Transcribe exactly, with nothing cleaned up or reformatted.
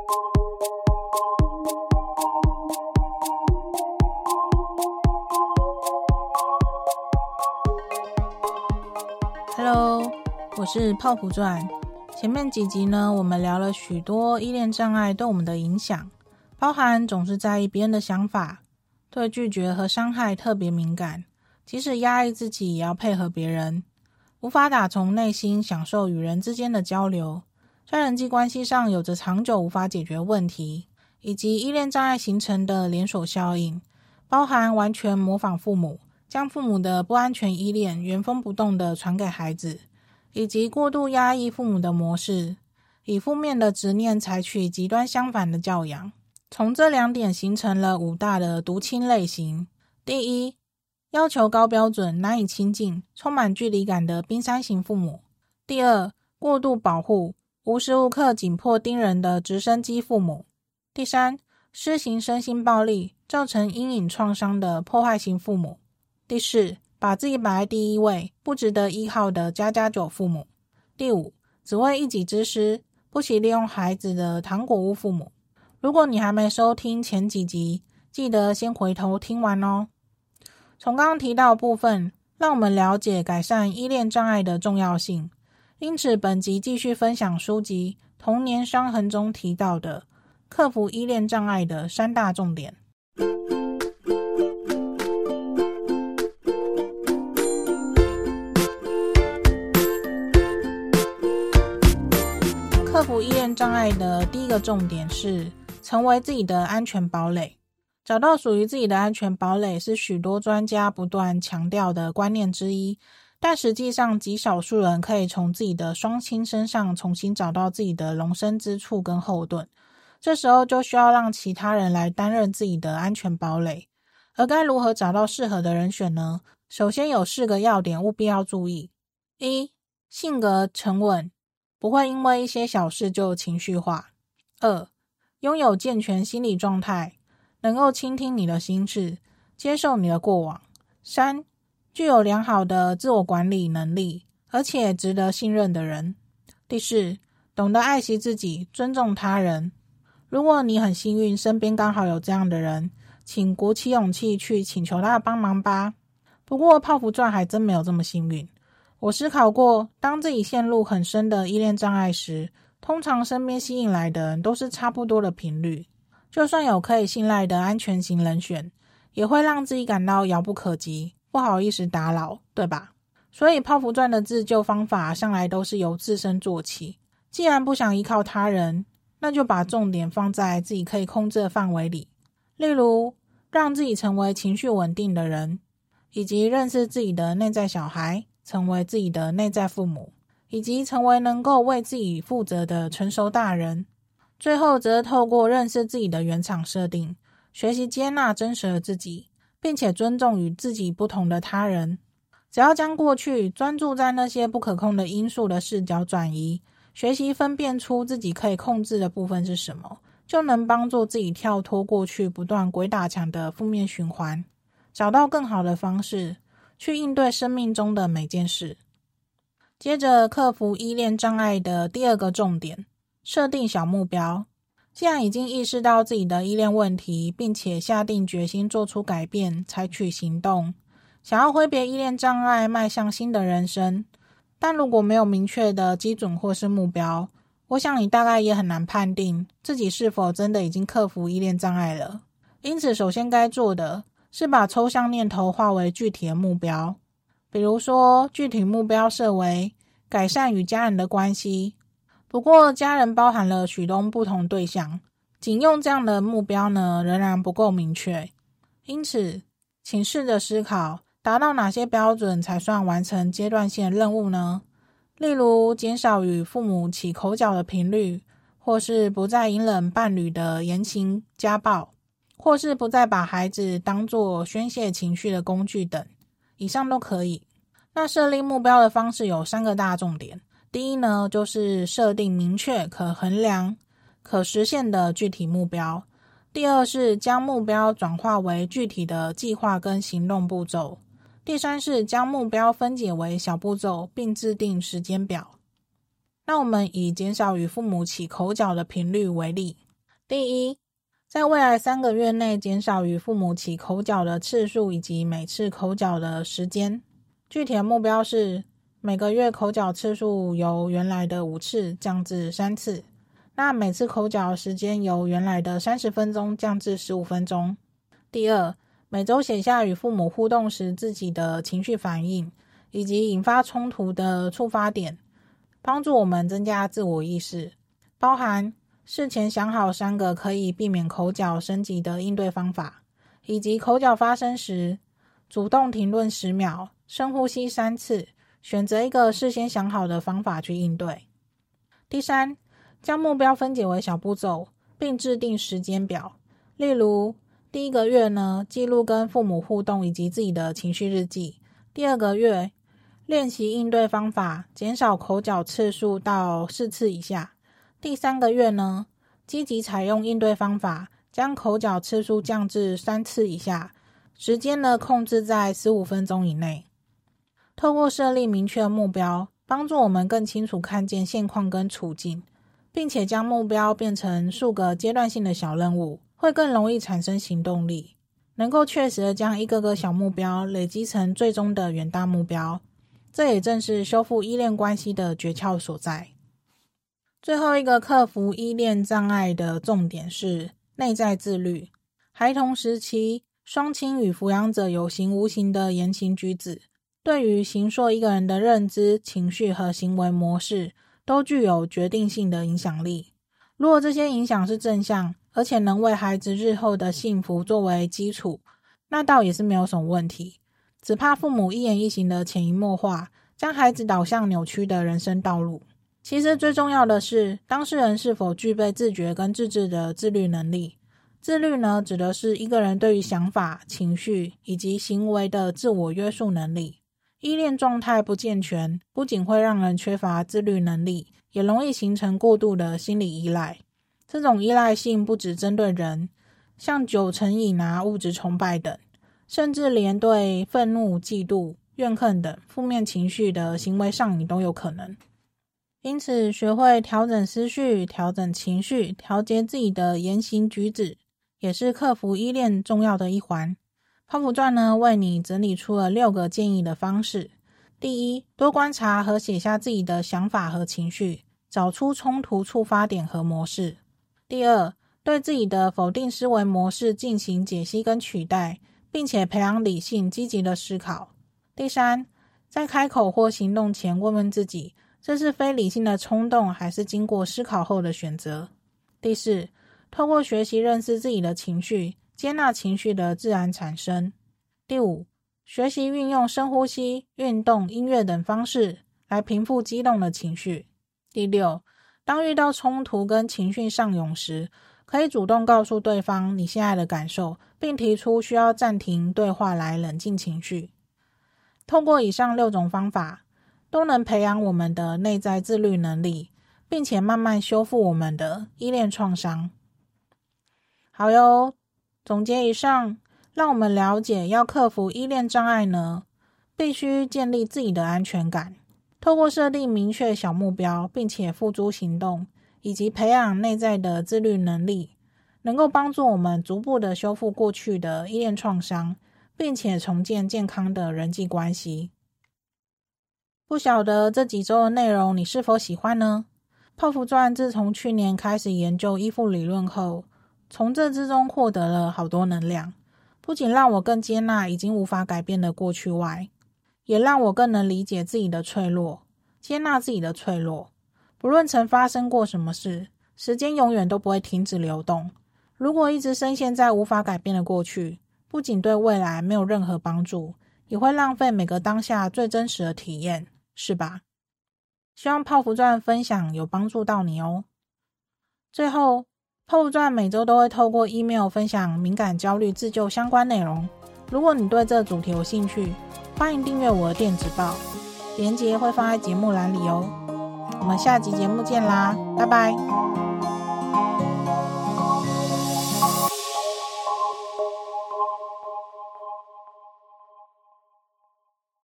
Hello， 我是泡芙传。前面几集呢，我们聊了许多依恋障碍对我们的影响，包含总是在意别人的想法，对拒绝和伤害特别敏感，即使压抑自己也要配合别人，无法打从内心享受与人之间的交流，在人际关系上有着长久无法解决问题，以及依恋障碍形成的连锁效应，包含完全模仿父母，将父母的不安全依恋原封不动地传给孩子，以及过度压抑父母的模式，以负面的执念采取极端相反的教养。从这两点形成了五大的毒亲类型。第一，要求高标准、难以亲近、充满距离感的冰山型父母。第二，过度保护、无时无刻紧迫盯人的直升机父母。第三，施行身心暴力，造成阴影创伤的破坏型父母。第四，把自己摆在第一位，不值得依靠的家家酒父母。第五，只为一己之私，不惜利用孩子的糖果屋父母。如果你还没收听前几集，记得先回头听完哦。从刚刚提到的部分，让我们了解改善依恋障碍的重要性。因此本集继续分享书籍《童年伤痕》中提到的克服依恋障碍的三大重点。克服依恋障碍的第一个重点是成为自己的安全堡垒。找到属于自己的安全堡垒是许多专家不断强调的观念之一，但实际上极少数人可以从自己的双亲身上重新找到自己的容身之处跟后盾，这时候就需要让其他人来担任自己的安全堡垒。而该如何找到适合的人选呢？首先有四个要点务必要注意。一、性格沉稳，不会因为一些小事就情绪化。二、拥有健全心理状态，能够倾听你的心事，接受你的过往。三、具有良好的自我管理能力，而且值得信任的人。第四，懂得爱惜自己，尊重他人。如果你很幸运身边刚好有这样的人，请鼓起勇气去请求他的帮忙吧。不过泡芙传还真没有这么幸运。我思考过，当自己陷入很深的依恋障碍时，通常身边吸引来的人都是差不多的频率，就算有可以信赖的安全型人选，也会让自己感到遥不可及，不好意思打扰，对吧？所以泡芙传的自救方法向来都是由自身做起。既然不想依靠他人，那就把重点放在自己可以控制的范围里，例如让自己成为情绪稳定的人，以及认识自己的内在小孩，成为自己的内在父母，以及成为能够为自己负责的成熟大人。最后则透过认识自己的原厂设定，学习接纳真实的自己，并且尊重与自己不同的他人。只要将过去专注在那些不可控的因素的视角转移，学习分辨出自己可以控制的部分是什么，就能帮助自己跳脱过去不断鬼打墙的负面循环，找到更好的方式去应对生命中的每件事。接着克服依恋障碍的第二个重点，设定小目标。既然已经意识到自己的依恋问题，并且下定决心做出改变，采取行动，想要挥别依恋障碍，迈向新的人生，但如果没有明确的基准或是目标，我想你大概也很难判定自己是否真的已经克服依恋障碍了。因此首先该做的是把抽象念头化为具体的目标，比如说具体目标设为改善与家人的关系。不过家人包含了许多不同对象，仅用这样的目标呢，仍然不够明确。因此请试着思考，达到哪些标准才算完成阶段性的任务呢？例如减少与父母起口角的频率，或是不再隐忍伴侣的言行家暴，或是不再把孩子当作宣泄情绪的工具等，以上都可以。那设立目标的方式有三个大重点。第一呢，就是设定明确、可衡量、可实现的具体目标。第二是将目标转化为具体的计划跟行动步骤。第三是将目标分解为小步骤，并制定时间表。那我们以减少与父母起口角的频率为例， 第一，在未来三个月内减少与父母起口角的次数以及每次口角的时间。具体的目标是每个月口角次数由原来的五次降至三次，那每次口角时间由原来的三十分钟降至十五分钟。第二，每周写下与父母互动时自己的情绪反应以及引发冲突的触发点，帮助我们增加自我意识，包含事前想好三个可以避免口角升级的应对方法，以及口角发生时主动停顿十秒，深呼吸三次，选择一个事先想好的方法去应对。第三，将目标分解为小步骤，并制定时间表。例如，第一个月呢，记录跟父母互动以及自己的情绪日记。第二个月，练习应对方法，减少口角次数到四次以下。第三个月呢，积极采用应对方法，将口角次数降至三次以下，时间呢控制在十五分钟以内。透过设立明确的目标，帮助我们更清楚看见现况跟处境，并且将目标变成数个阶段性的小任务，会更容易产生行动力，能够确实的将一个个小目标累积成最终的远大目标。这也正是修复依恋关系的诀窍所在。最后一个克服依恋障碍的重点是内在自律。孩童时期，双亲与抚养者有形无形的言行举止，对于形塑一个人的认知、情绪和行为模式，都具有决定性的影响力。如果这些影响是正向，而且能为孩子日后的幸福作为基础，那倒也是没有什么问题。只怕父母一言一行的潜移默化，将孩子导向扭曲的人生道路。其实最重要的是，当事人是否具备自觉跟自制的自律能力。自律呢，指的是一个人对于想法、情绪以及行为的自我约束能力。依恋状态不健全，不仅会让人缺乏自律能力，也容易形成过度的心理依赖。这种依赖性不只针对人，像酒成瘾啊、物质崇拜等，甚至连对愤怒、嫉妒、怨恨等负面情绪的行为上瘾都有可能。因此，学会调整思绪、调整情绪、调节自己的言行举止，也是克服依恋重要的一环。泡芙传呢，为你整理出了六个建议的方式。第一，多观察和写下自己的想法和情绪，找出冲突触发点和模式。第二，对自己的否定思维模式进行解析跟取代，并且培养理性积极的思考。第三，在开口或行动前问问自己，这是非理性的冲动还是经过思考后的选择。第四，透过学习认识自己的情绪，接纳情绪的自然产生。第五，学习运用深呼吸、运动、音乐等方式来平复激动的情绪。第六，当遇到冲突跟情绪上涌时，可以主动告诉对方你现在的感受，并提出需要暂停对话来冷静情绪。透过以上六种方法，都能培养我们的内在自律能力，并且慢慢修复我们的依恋创伤。好哟，总结以上，让我们了解要克服依恋障碍呢，必须建立自己的安全感，透过设定明确小目标，并且付诸行动，以及培养内在的自律能力，能够帮助我们逐步的修复过去的依恋创伤，并且重建健康的人际关系。不晓得这几周的内容你是否喜欢呢？泡芙传自从去年开始研究依附理论后，从这之中获得了好多能量，不仅让我更接纳已经无法改变的过去外，也让我更能理解自己的脆弱，接纳自己的脆弱。不论曾发生过什么事，时间永远都不会停止流动。如果一直深陷在无法改变的过去，不仅对未来没有任何帮助，也会浪费每个当下最真实的体验，是吧？希望泡芙传分享有帮助到你哦。最后，泡芙传每周都会透过 email 分享敏感焦虑自救相关内容。如果你对这主题有兴趣，欢迎订阅我的电子报，连结会放在节目栏里哦。我们下集节目见啦，拜拜。